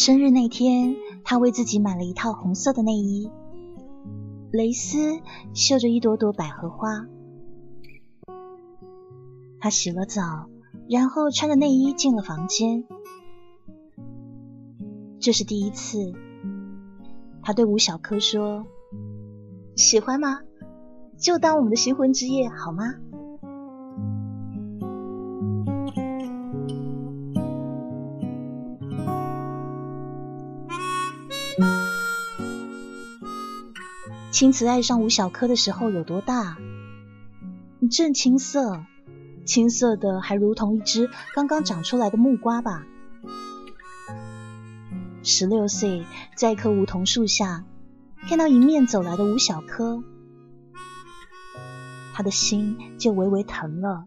生日那天，他为自己买了一套红色的内衣，蕾丝绣着一朵朵百合花。他洗了澡，然后穿着内衣进了房间。这是第一次，他对吴小柯说：喜欢吗？就当我们的新婚之夜好吗？青瓷爱上吴小柯的时候有多大？正青涩，青涩的还如同一只刚刚长出来的木瓜吧。16岁，在一棵梧桐树下看到迎面走来的吴小柯，他的心就微微疼了。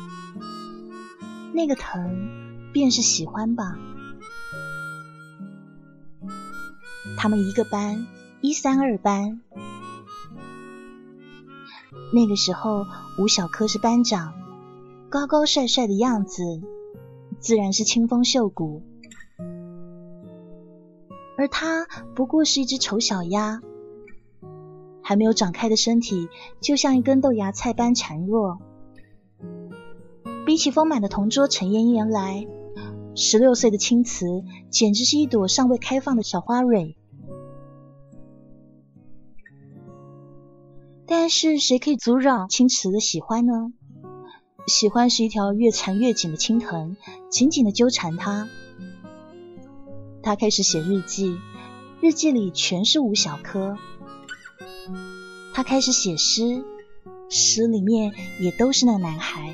那个疼便是喜欢吧。他们一个班，132班。那个时候吴小柯是班长，高高帅帅的样子，自然是清风秀骨。而他不过是一只丑小鸭，还没有长开的身体就像一根豆芽菜般孱弱。比起丰满的同桌陈妍妍来，16岁的青瓷简直是一朵尚未开放的小花蕊。但是谁可以阻扰青瓷的喜欢呢？喜欢是一条越缠越紧的青藤，紧紧地纠缠他。他开始写日记，日记里全是吴小柯。他开始写诗，诗里面也都是那个男孩。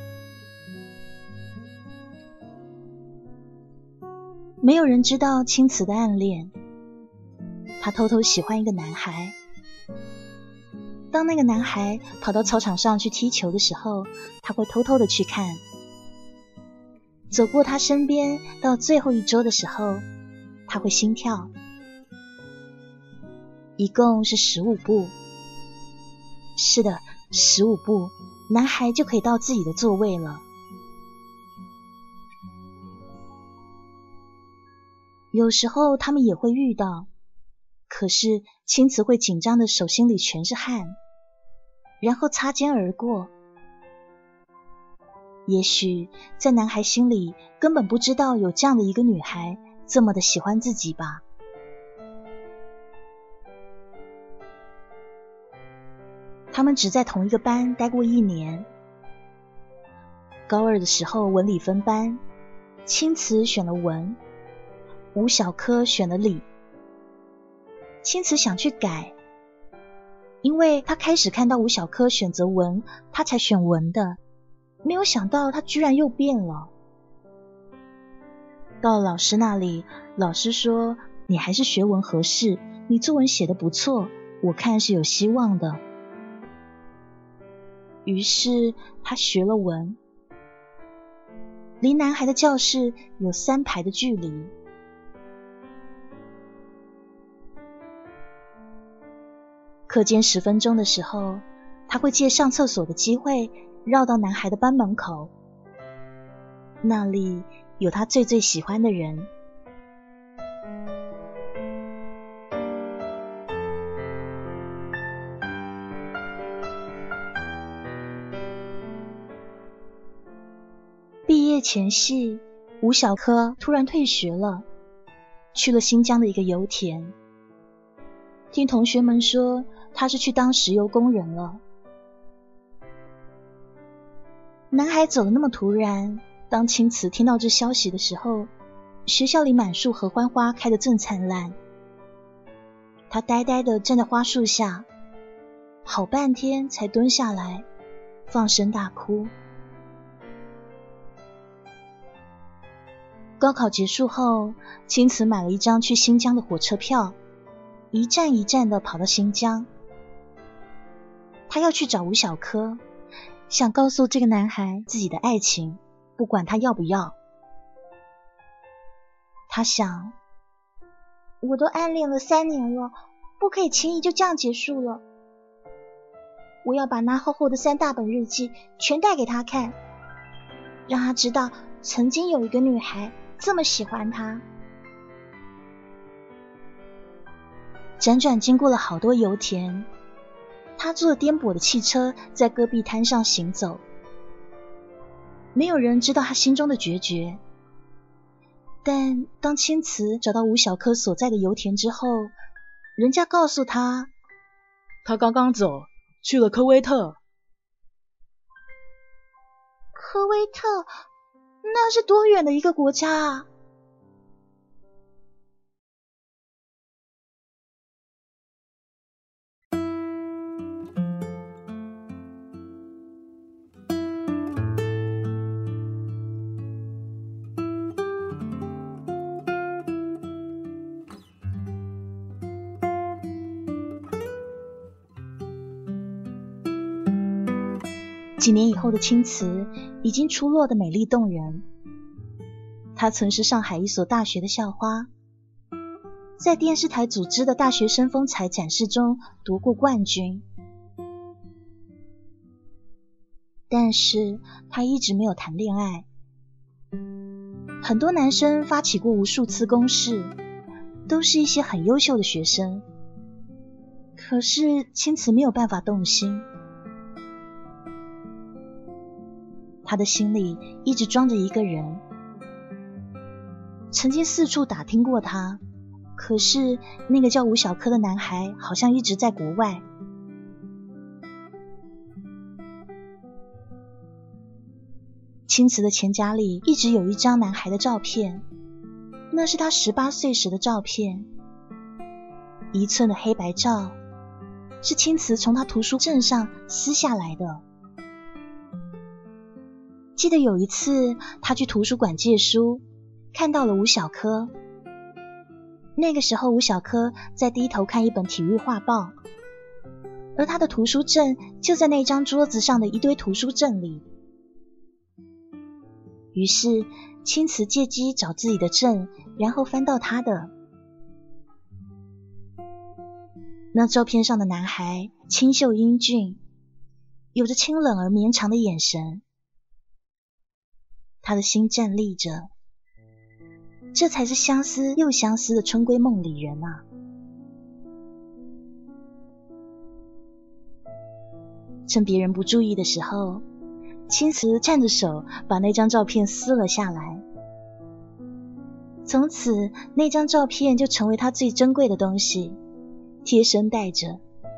没有人知道青瓷的暗恋，他偷偷喜欢一个男孩。当那个男孩跑到操场上去踢球的时候，他会偷偷的去看。走过他身边到最后一周的时候，他会心跳。一共是15步。是的，15步，男孩就可以到自己的座位了。有时候他们也会遇到，可是青瓷会紧张的手心里全是汗，然后擦肩而过。也许在男孩心里根本不知道有这样的一个女孩这么的喜欢自己吧。他们只在同一个班待过1年。高2的时候文理分班，青瓷选了文，吴小柯选了理。青瓷想去改，因为他开始看到吴小柯选择文，他才选文的，没有想到他居然又变了。到了老师那里，老师说你还是学文合适，你作文写得不错，我看是有希望的。于是他学了文，离男孩的教室有3排的距离。课间10分钟的时候，他会借上厕所的机会绕到男孩的班门口，那里有他最最喜欢的人。毕业前夕，吴小柯突然退学了，去了新疆的一个油田。听同学们说，他是去当石油工人了。男孩走得那么突然，当青瓷听到这消息的时候，学校里满树合欢花开得正灿烂。他呆呆地站在花树下，好半天才蹲下来，放声大哭。高考结束后，青瓷买了一张去新疆的火车票，一站一站地跑到新疆。他要去找吴小柯，想告诉这个男孩自己的爱情，不管他要不要。他想，我都暗恋了3年了，不可以轻易就这样结束了。我要把那厚厚的3大本日记全带给他看，让他知道曾经有一个女孩这么喜欢他。 辗转经过了好多油田，他坐颠簸的汽车在戈壁滩上行走。没有人知道他心中的决绝，但当青瓷找到吴小柯所在的油田之后，人家告诉他， 他刚刚走去了科威特。 科威特？那是多远的一个国家啊？几年以后的青瓷已经出落得美丽动人。她曾是上海一所大学的校花，在电视台组织的大学生风采展示中夺过冠军。但是她一直没有谈恋爱。很多男生发起过无数次攻势，都是一些很优秀的学生，可是青瓷没有办法动心。他的心里一直装着一个人，曾经四处打听过他，可是那个叫吴小柯的男孩好像一直在国外。青瓷的钱夹里一直有一张男孩的照片，那是他18岁时的照片，1寸的黑白照，是青瓷从他图书证上撕下来的。记得有一次他去图书馆借书，看到了吴小柯。那个时候吴小柯在低头看一本体育画报，而他的图书证就在那张桌子上的一堆图书证里。于是青瓷借机找自己的证，然后翻到他的。那照片上的男孩清秀英俊，有着清冷而绵长的眼神。他的心站立着，这才是相思又相思的春闺梦里人啊。趁别人不注意的时候，青瓷颤着手把那张照片撕了下来。从此那张照片就成为他最珍贵的东西，贴身带着。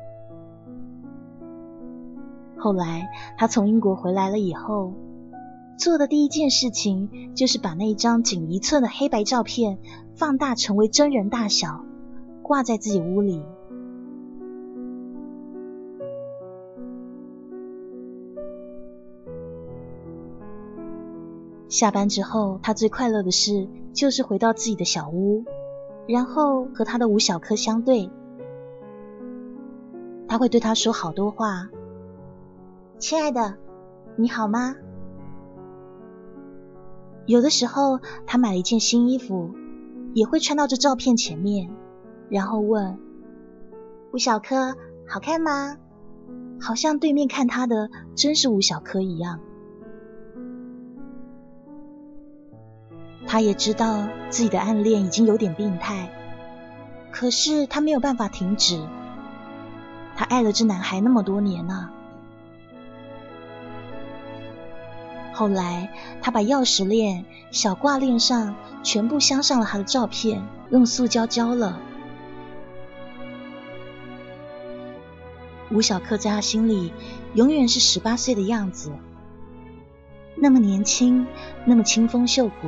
后来他从英国回来了以后，做的第一件事情就是把那张仅1寸的黑白照片放大成为真人大小，挂在自己屋里。下班之后，他最快乐的事就是回到自己的小屋，然后和他的吴小柯相对。他会对他说好多话，亲爱的，你好吗？有的时候他买了一件新衣服，也会穿到这照片前面，然后问吴小柯好看吗？好像对面看他的真是吴小柯一样。他也知道自己的暗恋已经有点病态，可是他没有办法停止。他爱了这男孩那么多年啊。后来他把钥匙链、小挂链上全部镶上了他的照片，用塑胶胶了。吴小柯在他心里永远是18岁的样子，那么年轻，那么清风秀骨。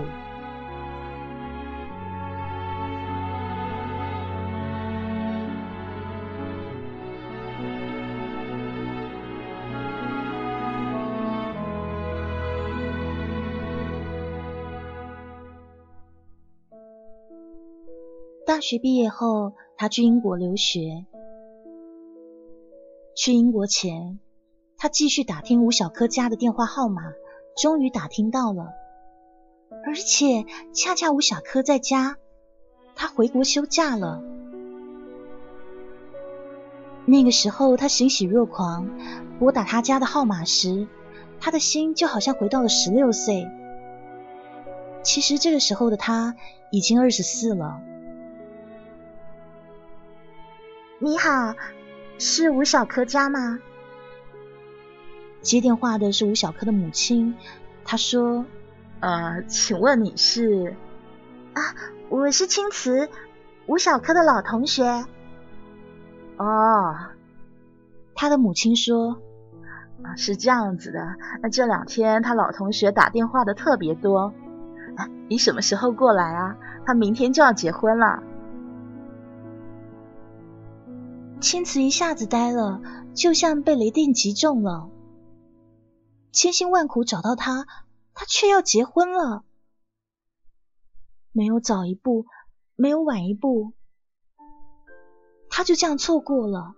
大学毕业后，他去英国留学。去英国前，他继续打听吴小柯家的电话号码，终于打听到了。而且恰恰吴小柯在家，他回国休假了。那个时候他欣喜若狂，拨打他家的号码时，他的心就好像回到了16岁。其实这个时候的他已经24了。 你好，是吴小柯家吗？接电话的是吴小柯的母亲，她说： 请问你是？ 我是青瓷，吴小柯的老同学。 哦， 他的母亲说： 是这样子的，这2天他老同学打电话的特别多。你什么时候过来啊？他明天就要结婚了。 青瓷一下子呆了，就像被雷电击中了。千辛万苦找到他，他却要结婚了。没有早一步，没有晚一步，他就这样错过了。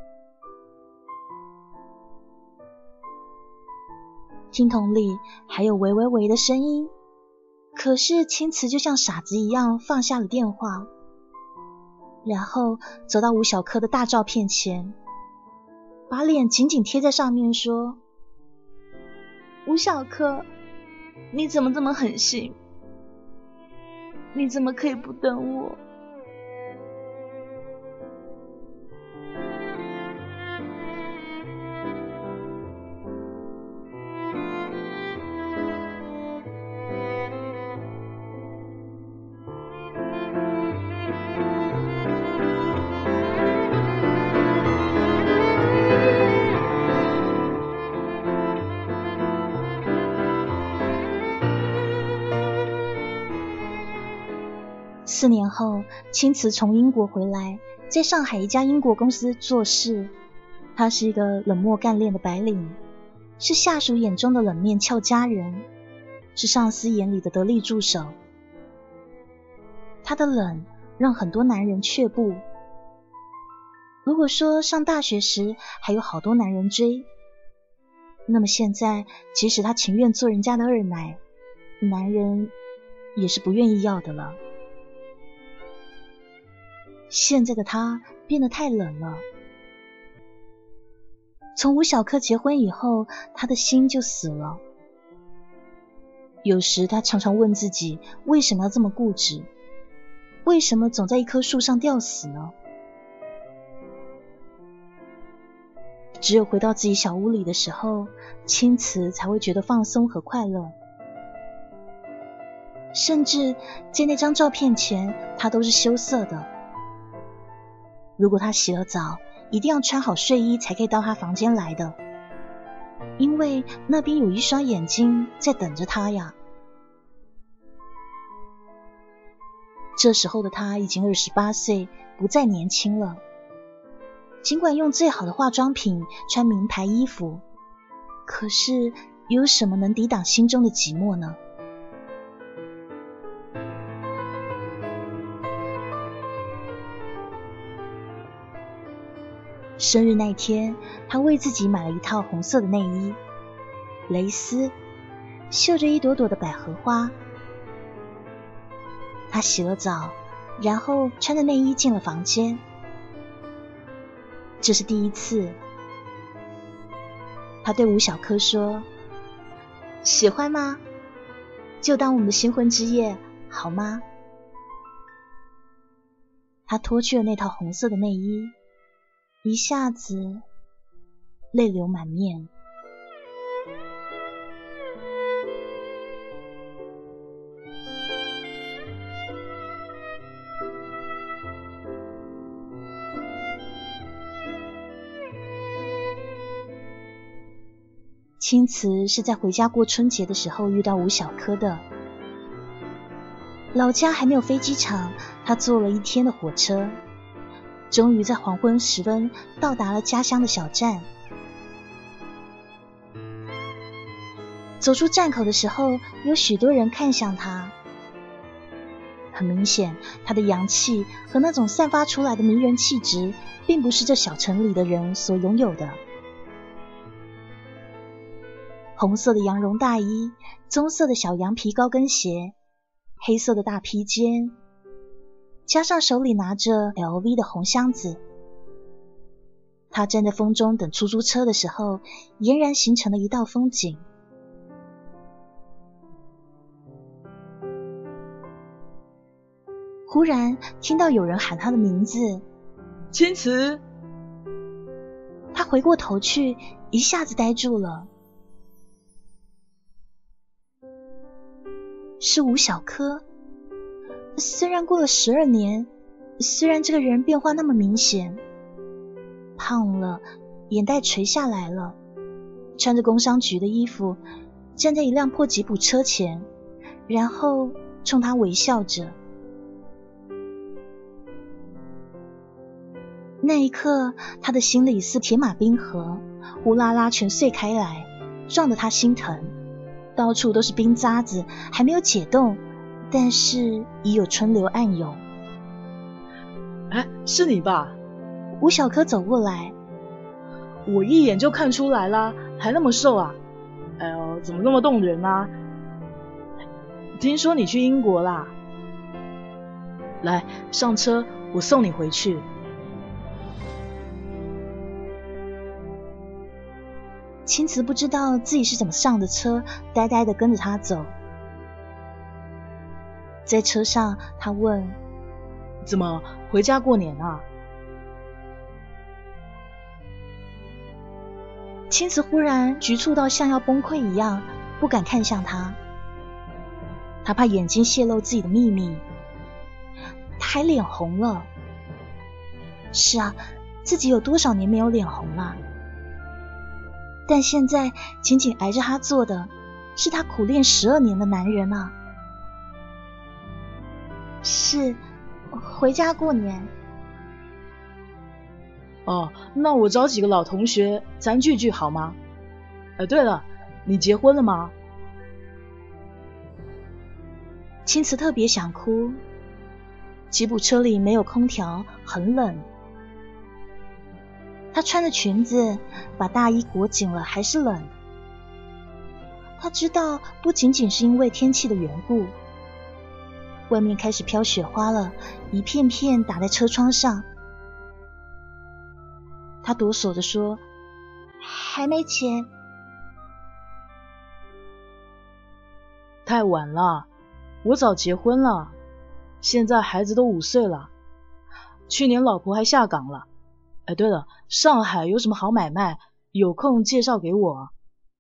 听筒里还有喂喂喂的声音，可是青瓷就像傻子一样放下了电话，然后走到吴小柯的大照片前，把脸紧紧贴在上面说：吴小柯，你怎么这么狠心？你怎么可以不等我？4年后，青瓷从英国回来，在上海一家英国公司做事。他是一个冷漠干练的白领，是下属眼中的冷面俏佳人，是上司眼里的得力助手。他的冷让很多男人却步。如果说上大学时还有好多男人追，那么现在即使他情愿做人家的二奶，男人也是不愿意要的了。现在的他变得太冷了。从吴小柯结婚以后，他的心就死了。有时他常常问自己，为什么要这么固执？为什么总在一棵树上吊死呢？只有回到自己小屋里的时候，青瓷才会觉得放松和快乐。甚至在那张照片前，他都是羞涩的。如果他洗了澡，一定要穿好睡衣才可以到他房间来的，因为那边有一双眼睛在等着他呀。这时候的他已经28岁，不再年轻了。尽管用最好的化妆品，穿名牌衣服，可是有什么能抵挡心中的寂寞呢？生日那天，他为自己买了一套红色的内衣，蕾丝，绣着一朵朵的百合花。他洗了澡，然后穿着内衣进了房间。这是第一次。他对吴小柯说：喜欢吗？就当我们的新婚之夜，好吗？他脱去了那套红色的内衣，一下子泪流满面。青瓷是在回家过春节的时候遇到吴小柯的。老家还没有飞机场，他坐了1天的火车，终于在黄昏时分到达了家乡的小站。走出站口的时候，有许多人看向他。很明显，他的洋气和那种散发出来的迷人气质，并不是这小城里的人所拥有的。红色的羊绒大衣，棕色的小羊皮高跟鞋，黑色的大披肩，加上手里拿着 LV 的红箱子。他站在风中等出租车的时候，俨然形成了一道风景。忽然听到有人喊他的名字， 青瓷。 他回过头去，一下子呆住了。是吴小柯。虽然过了12年，虽然这个人变化那么明显，胖了，眼袋垂下来了，穿着工商局的衣服，站在一辆破吉普车前，然后冲他微笑着。那一刻，他的心里似铁马冰河，呼啦啦全碎开来，撞得他心疼。到处都是冰渣子，还没有解冻，但是已有春流暗涌。 哎，是你吧？ 吴小柯走过来。 我一眼就看出来啦，还那么瘦啊！哎呦，怎么那么动人啊？听说你去英国啦？来，上车，我送你回去。 青瓷不知道自己是怎么上的车，呆呆地跟着他走。在车上，他问： 怎么回家过年啊？ 青瓷忽然局促到像要崩溃一样，不敢看向他。他怕眼睛泄露自己的秘密。他还脸红了。是啊，自己有多少年没有脸红了？但现在紧紧挨着他坐的是他苦练12年的男人啊。是，回家过年。 哦，那我找几个老同学，咱聚聚好吗？对了，你结婚了吗？ 青瓷特别想哭。吉普车里没有空调，很冷。她穿着裙子，把大衣裹紧了，还是冷。她知道不仅仅是因为天气的缘故，外面开始飘雪花了，一片片打在车窗上。她哆嗦着说：还没钱。 太晚了，我早结婚了，现在孩子都5岁了，去年老婆还下岗了。对了，上海有什么好买卖？有空介绍给我。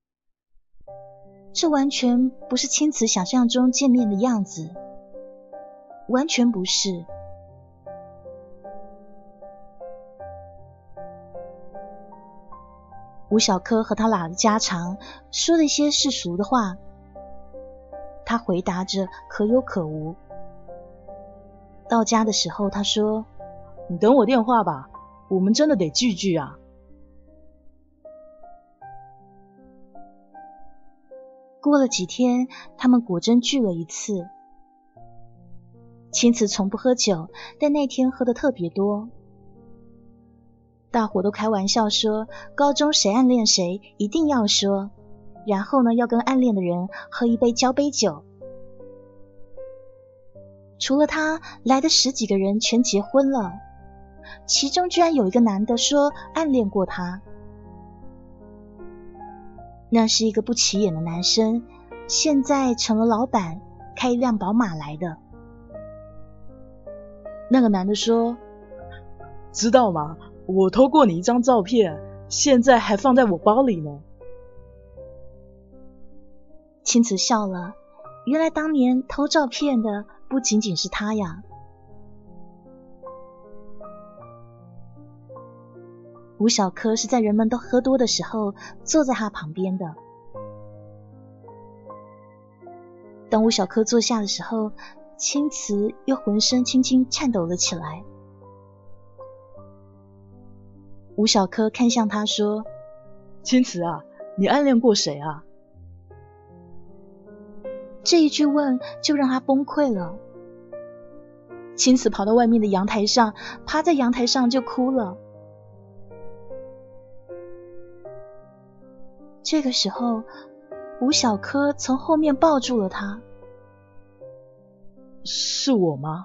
这完全不是青瓷想象中见面的样子，完全不是。吴小柯和他拉了家常，说了一些世俗的话，他回答着可有可无。到家的时候，他说： 你等我电话吧，我们真的得聚聚啊。 过了几天，他们果真聚了一次。青瓷从不喝酒，但那天喝得特别多。大伙都开玩笑说，高中谁暗恋谁一定要说，然后呢，要跟暗恋的人喝一杯交杯酒。除了他，来的10几个人全结婚了，其中居然有一个男的说暗恋过他。那是一个不起眼的男生，现在成了老板，开一辆宝马来的。 那个男的说：知道吗？我偷过你一张照片，现在还放在我包里呢。 青瓷笑了，原来当年偷照片的不仅仅是他呀。吴小柯是在人们都喝多的时候坐在他旁边的。当吴小柯坐下的时候，青瓷又浑身轻轻颤抖了起来。吴小柯看向他说： 青瓷啊，你暗恋过谁啊？ 这一句问就让他崩溃了。青瓷跑到外面的阳台上，趴在阳台上就哭了。这个时候，吴小柯从后面抱住了他。 是我吗？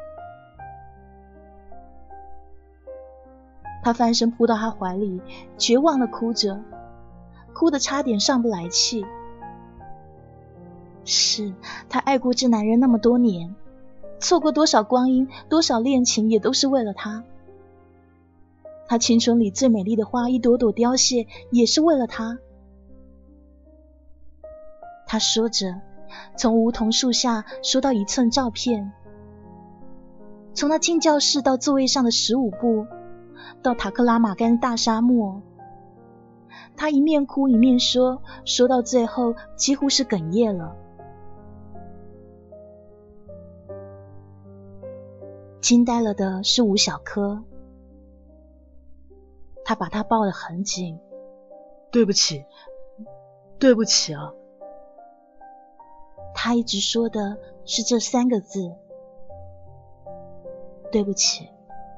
他翻身扑到他怀里，绝望的哭着，哭得差点上不来气。是，他爱过这男人那么多年，错过多少光阴，多少恋情，也都是为了他。 他青春里最美丽的花一朵朵凋谢，也是为了他。他说着，从梧桐树下收到1寸照片，从他进教室到座位上的15步，到塔克拉玛干大沙漠。他一面哭一面说，说到最后几乎是哽咽了。惊呆了的是吴小柯，他把他抱得很紧。 对不起，对不起啊。 他一直说的是这3个字，对不起。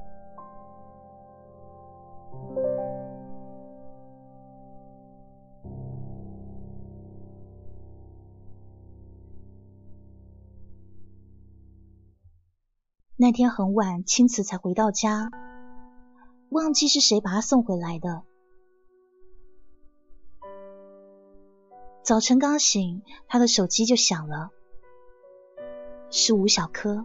那天很晚，青瓷才回到家，忘记是谁把他送回来的。早晨刚醒，他的手机就响了，是吴小柯。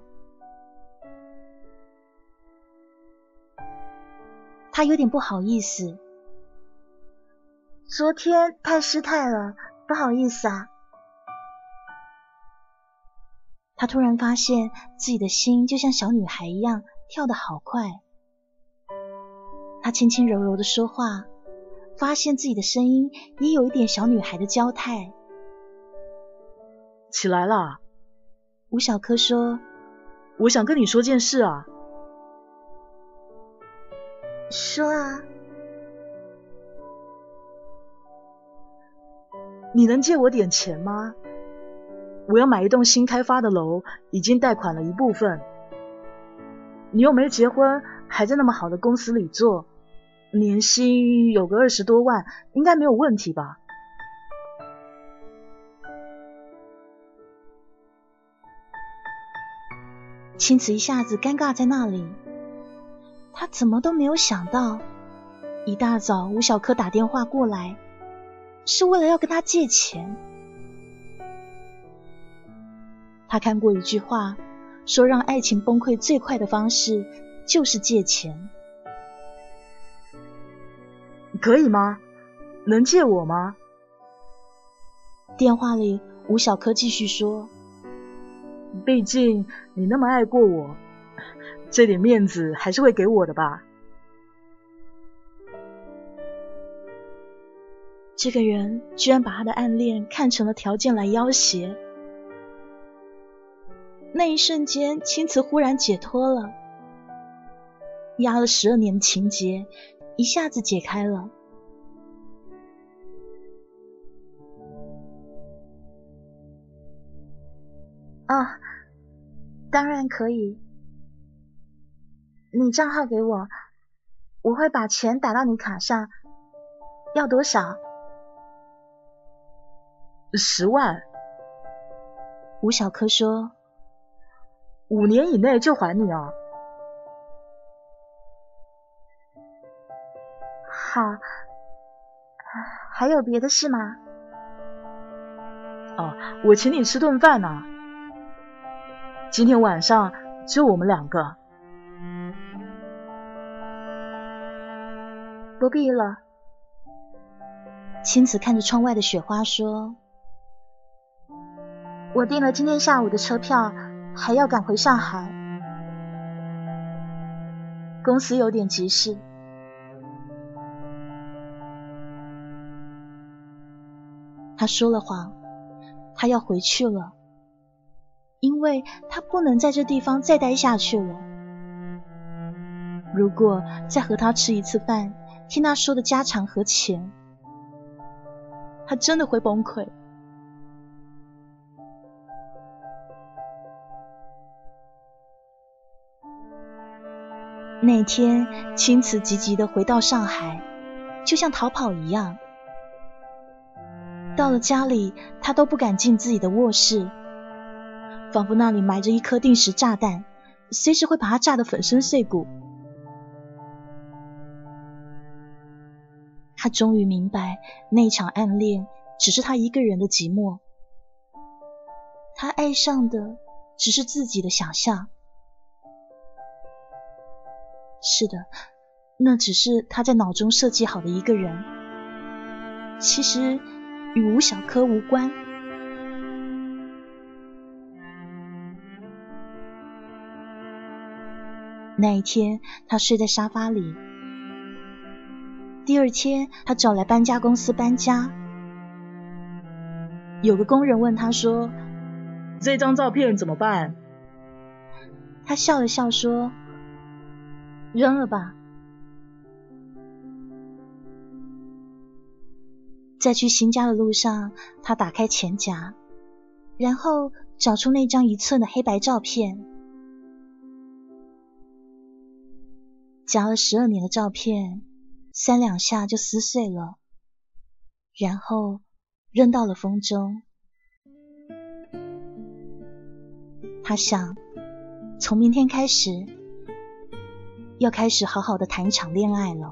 他有点不好意思， 昨天太失态了，不好意思啊。 他突然发现自己的心就像小女孩一样跳得好快。他轻轻柔柔地说话，发现自己的声音也有一点小女孩的娇态。 起来啦， 吴小柯说， 我想跟你说件事啊。 说啊。 你能借我点钱吗？我要买一栋新开发的楼，已经贷款了一部分。你又没结婚，还在那么好的公司里做，年薪有个20多万，应该没有问题吧？ 青瓷一下子尴尬在那里，他怎么都没有想到，一大早吴小柯打电话过来，是为了要跟他借钱。他看过一句话，说让爱情崩溃最快的方式就是借钱。 可以吗？能借我吗？ 电话里吴小柯继续说， 毕竟你那么爱过我，这点面子还是会给我的吧。 这个人居然把他的暗恋看成了条件来要挟。那一瞬间，青瓷忽然解脱了，压了12年的情结一下子解开了。 哦，当然可以。你账号给我，我会把钱打到你卡上。要多少 ？10万。 吴小柯说 ，5年以内就还你啊。 好，还有别的事吗？ 哦，我请你吃顿饭啊。今天晚上就我们2个。 不必了。 青瓷看着窗外的雪花说， 我订了今天下午的车票，还要赶回上海。公司有点急事。 他说了谎，他要回去了，因为他不能在这地方再待下去了。如果再和他吃一次饭，听他说的家常和钱，他真的会崩溃。那天青瓷急急地回到上海，就像逃跑一样。到了家里，他都不敢进自己的卧室，仿佛那里埋着一颗定时炸弹，随时会把他炸得粉身碎骨。他终于明白，那场暗恋只是他一个人的寂寞，他爱上的只是自己的想象。是的， 那只是他在脑中设计好的一个人，其实与吴小柯无关。那一天，他睡在沙发里。第二天，他找来搬家公司搬家。有个工人问他说：“ 这张照片怎么办？” 他笑了笑说：“扔了吧。”在去新家的路上，他打开钱夹，然后找出那张1寸的黑白照片。夹了12年的照片，3两下就撕碎了，然后扔到了风中。他想，从明天开始，要开始好好的谈一场恋爱了。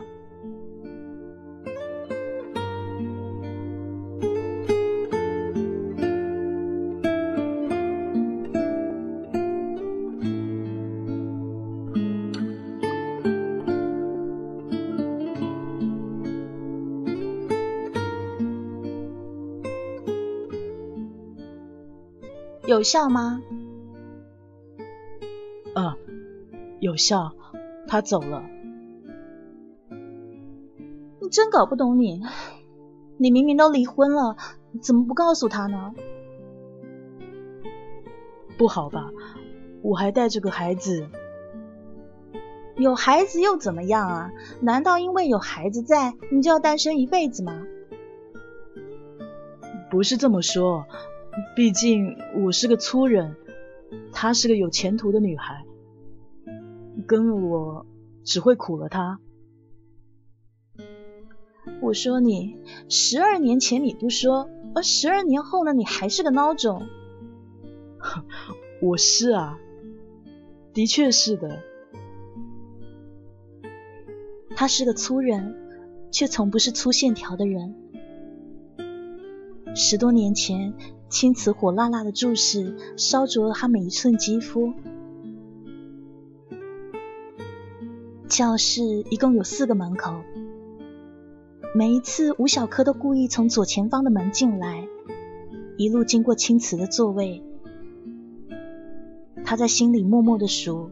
有效吗？ 有效，他走了。 你真搞不懂你，你明明都离婚了，怎么不告诉他呢？ 不好吧，我还带着个孩子。 有孩子又怎么样啊？难道因为有孩子在，你就要单身一辈子吗？ 不是这么说，毕竟我是个粗人，她是个有前途的女孩，跟了我只会苦了她。 我说你，12年前你不说，而12年后呢，你还是个孬种。 我是啊，的确是的。 他是个粗人，却从不是粗线条的人。10多年前，青瓷火辣辣的注视烧灼了他每一寸肌肤。教室一共有4个门口，每一次吴小柯都故意从左前方的门进来，一路经过青瓷的座位。他在心里默默地数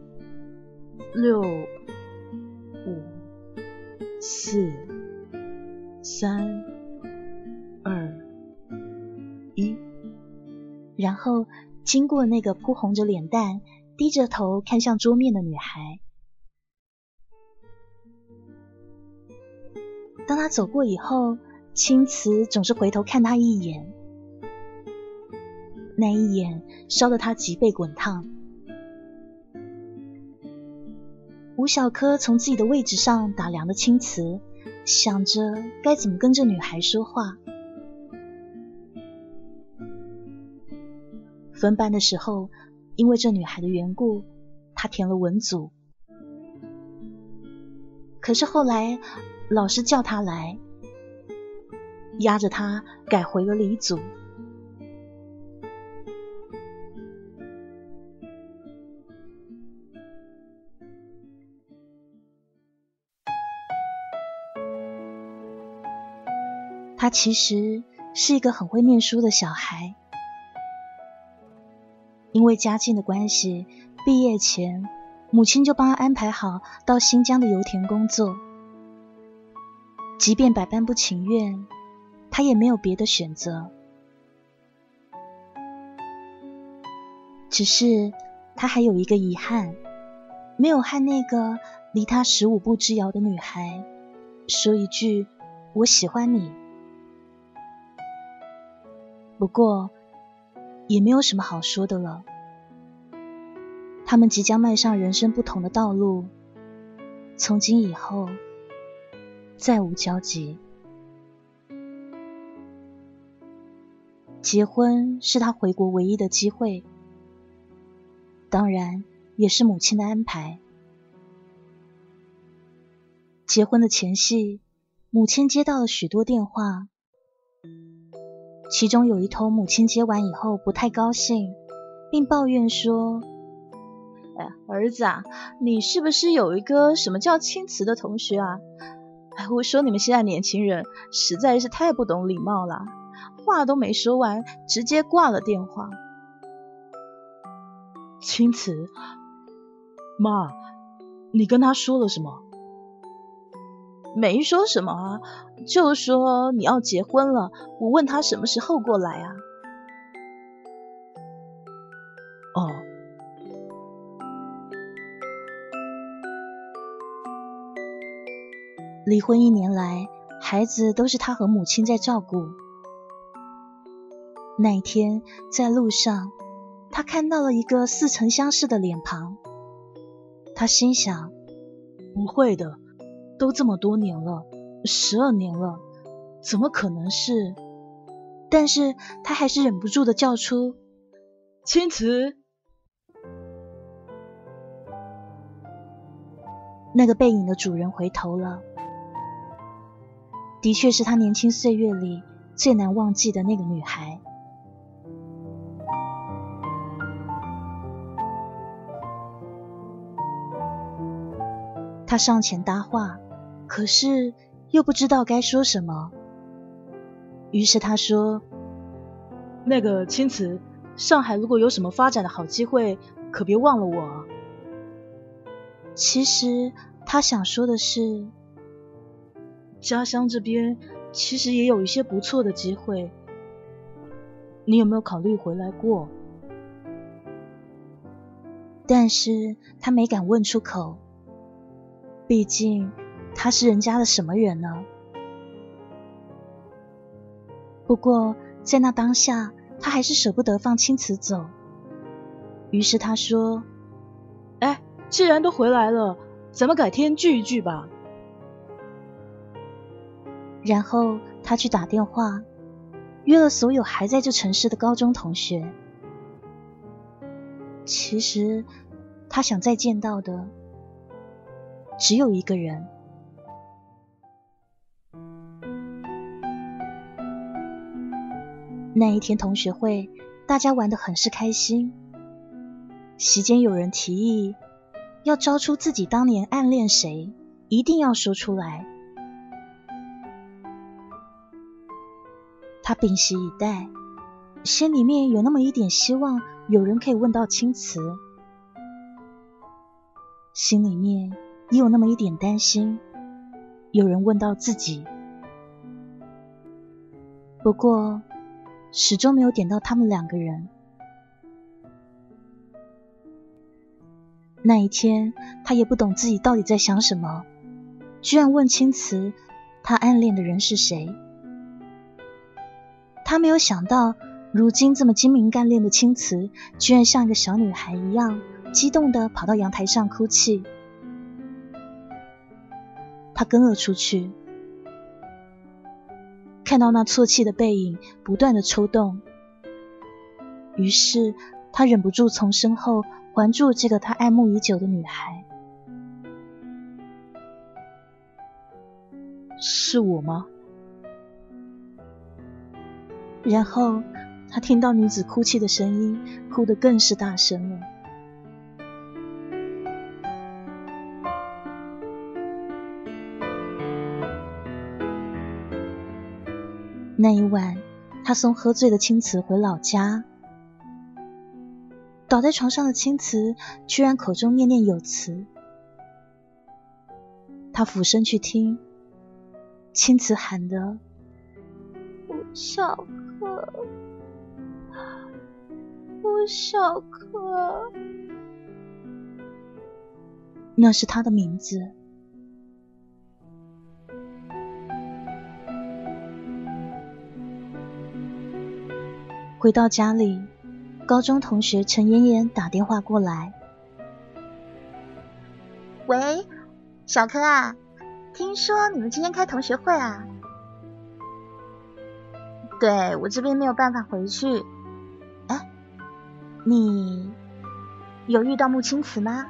6、5、4、3、2、1， 然后经过那个扑红着脸蛋低着头看向桌面的女孩。当他走过以后，青瓷总是回头看他一眼，那一眼烧得他脊背滚烫。吴小柯从自己的位置上打量着青瓷，想着该怎么跟这女孩说话。分班的时候，因为这女孩的缘故，他填了文组。可是后来老师叫他来，压着他改回了理组。他其实是一个很会念书的小孩，因为家境的关系，毕业前母亲就帮他安排好到新疆的油田工作。即便百般不情愿，他也没有别的选择。只是他还有一个遗憾，没有和那个离他15步之遥的女孩说一句我喜欢你。不过也没有什么好说的了，他们即将迈上人生不同的道路，从今以后再无交集。结婚是他回国唯一的机会，当然也是母亲的安排。结婚的前夕，母亲接到了许多电话，其中有一通母亲接完以后不太高兴，并抱怨说儿子啊，你是不是有一个什么叫青瓷的同学啊？我说你们现在年轻人实在是太不懂礼貌了，话都没说完，直接挂了电话。 青瓷，妈，你跟他说了什么？ 没说什么啊，就说你要结婚了，我问他什么时候过来啊。 哦。 离婚1年来，孩子都是他和母亲在照顾。那一天在路上，他看到了一个似曾相识的脸庞。他心想， 不会的，都这么多年了，12年了，怎么可能是？ 但是他还是忍不住的叫出青瓷。 那个背影的主人回头了，的确是他年轻岁月里最难忘记的那个女孩。他上前搭话，可是又不知道该说什么。于是他说， 那个青瓷，上海如果有什么发展的好机会，可别忘了我啊。 其实他想说的是， 家乡这边其实也有一些不错的机会，你有没有考虑回来过？ 但是他没敢问出口，毕竟他是人家的什么人呢？不过在那当下，他还是舍不得放青瓷走。于是他说， 既然都回来了，咱们改天聚一聚吧。 然后他去打电话，约了所有还在这城市的高中同学。其实他想再见到的只有一个人。那一天同学会，大家玩得很是开心。席间有人提议要招出自己当年暗恋谁，一定要说出来。他屏息以待，心里面有那么一点希望有人可以问到青瓷，心里面也有那么一点担心有人问到自己。不过始终没有点到他们2个人。那一天他也不懂自己到底在想什么，居然问青瓷他暗恋的人是谁。他没有想到如今这么精明干练的青瓷居然像一个小女孩一样激动地跑到阳台上哭泣。他跟了出去，看到那啜泣的背影不断地抽动，于是他忍不住从身后环住这个他爱慕已久的女孩。 是我吗？ 然后他听到女子哭泣的声音，哭得更是大声了。那一晚，他送喝醉的青瓷回老家。倒在床上的青瓷居然口中念念有词。他俯身去听，青瓷喊的吴小可，吴小可，那是他的名字。回到家里，高中同学陈妍妍打电话过来。 喂，小柯啊，听说你们今天开同学会啊？对，我这边没有办法回去。你有遇到穆青瓷吗？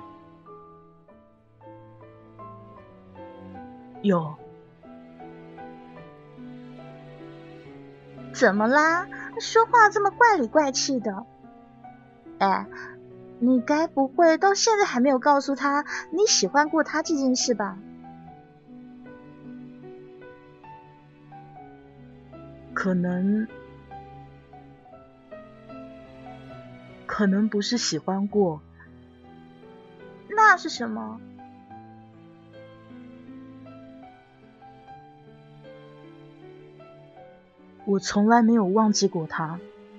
有。 怎么啦？说话这么怪里怪气的。 你该不会到现在还没有告诉他你喜欢过他这件事吧？ 可能不是喜欢过。 那是什么？ 我从来没有忘记过他。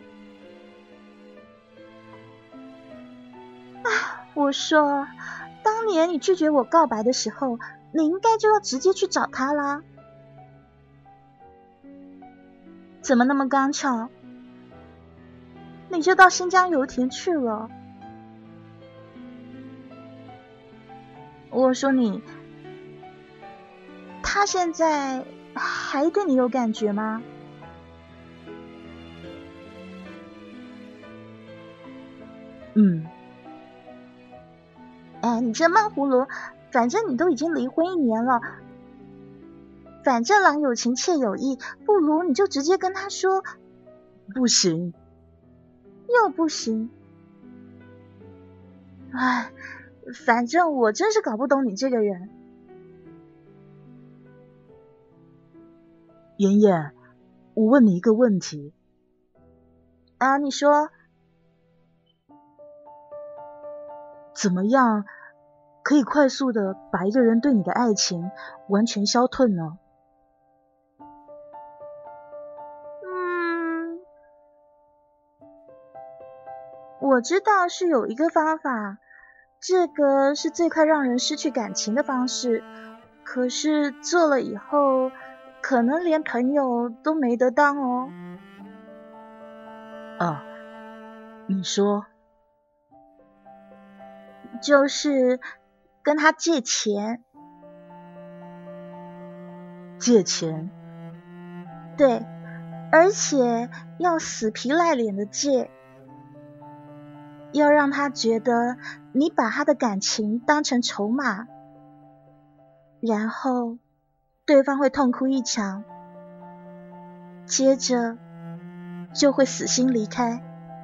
我说，当年你拒绝我告白的时候，你应该就要直接去找他啦。怎么那么刚巧？你就到新疆油田去了。我说你，他现在还对你有感觉吗？你这闷葫芦，反正你都已经离婚1年了，反正郎有情妾有意，不如你就直接跟他说。 不行。 又不行。唉，反正我真是搞不懂你这个人。 妍妍，我问你一个问题。 你说。 怎么样可以快速的把一个人对你的爱情完全消退呢？ 我知道是有一个方法，这个是最快让人失去感情的方式，可是做了以后，可能连朋友都没得当哦。 你说。 就是跟他借钱。 借钱？ 对，而且要死皮赖脸的借，要让他觉得你把他的感情当成筹码，然后对方会痛哭一场，接着就会死心离开。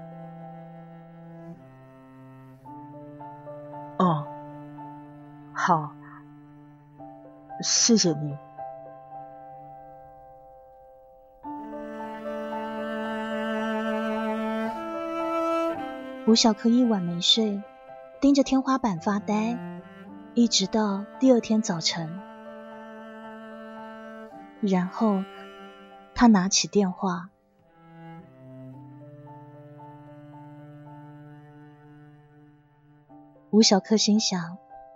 好，谢谢你。 吴小柯一晚没睡，盯着天花板发呆，一直到第2天早晨。然后他拿起电话。吴小柯心想，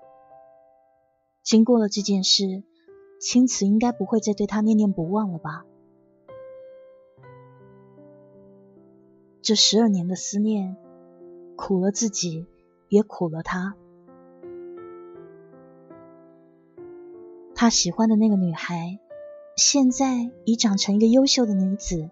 经过了这件事，青瓷应该不会再对他念念不忘了吧？这12年的思念，苦了自己，也苦了他。他喜欢的那个女孩，现在已长成一个优秀的女子。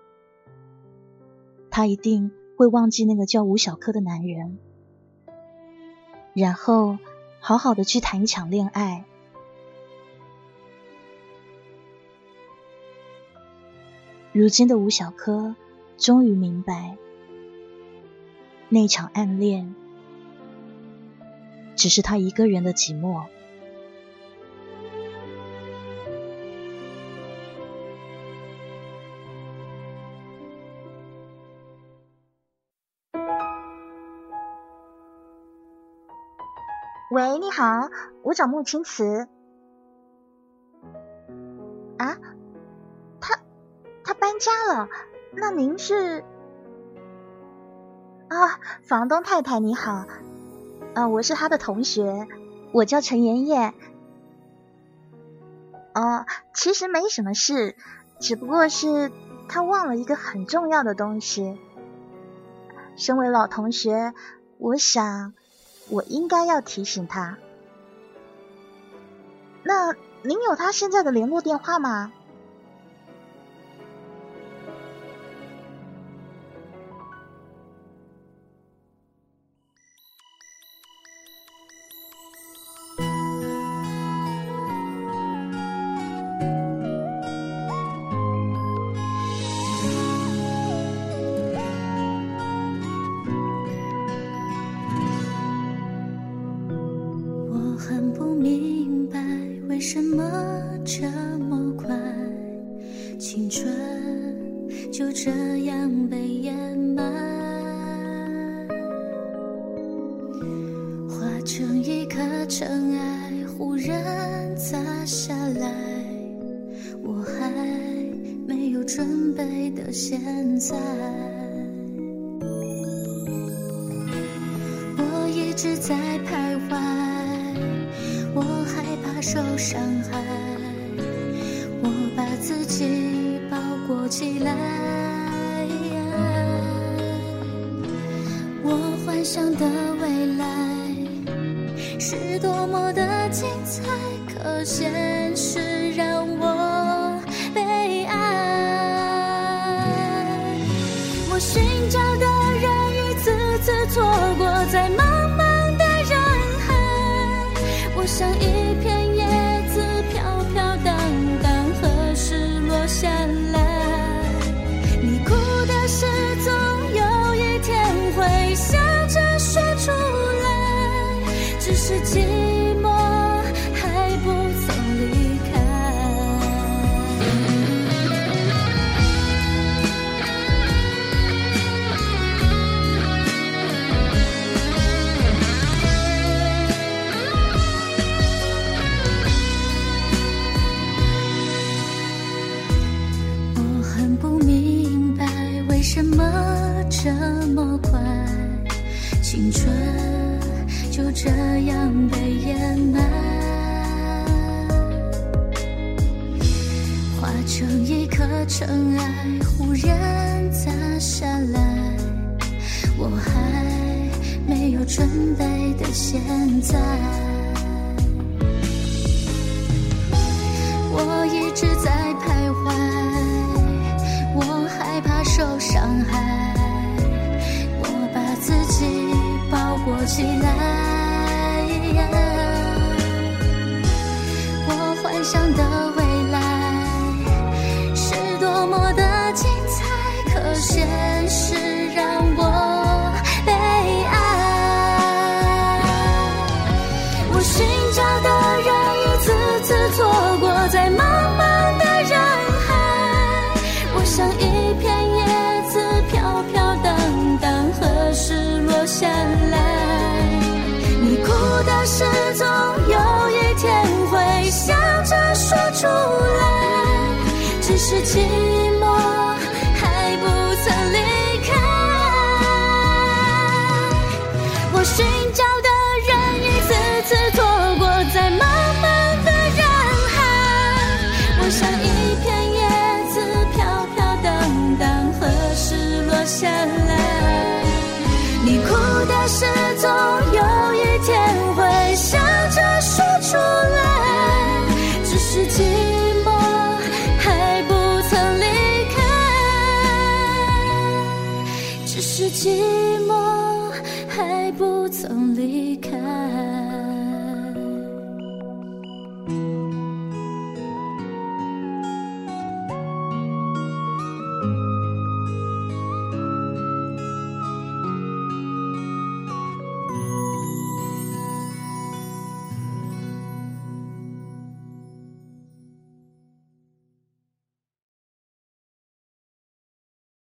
他一定会忘记那个叫吴小柯的男人，然后好好的去谈一场恋爱。如今的吴小柯终于明白，那场暗恋只是他一个人的寂寞。 喂，你好，我找穆青瓷。他搬家了，那您是？房东太太你好，我是他的同学，我叫陈妍妍。其实没什么事，只不过是他忘了一个很重要的东西。身为老同学，我想我应该要提醒他。那您有他现在的联络电话吗？ 这么快，青春就这样被掩埋，化成一颗尘埃，忽然砸下来，我还没有准备的现在，我一直在徘徊，我害怕受伤害，我把自己包裹起来，我幻想的未来是多么的精彩，可现实让我悲哀。我寻找的人一次次错过在茫茫的人海，我像一片叶子飘飘荡荡，何时落下来？你哭的事总有一天会笑着说出来，只是寂寞还不曾离开。我很不明白为什么这么快，青春就这样被掩埋，化成一颗尘埃，忽然砸下来，我还没有准备的现在，我一直在徘徊，我害怕受伤害，我把自己包裹起来，我幻想的未来是多么的精彩，可现实让我悲哀。我寻找的人一次次错过在茫茫的人海，我像一片叶子飘飘荡荡，何时落下来？你哭的事总有一天会笑着说出来，只是寂寞还不曾离开。我寻找的人一次次错过在茫茫的人海，我像一片叶子飘飘荡荡，何时落下来？你哭的事总有一天会笑着说出来，只是寂寞还不曾离开，只是寂寞还不曾离开。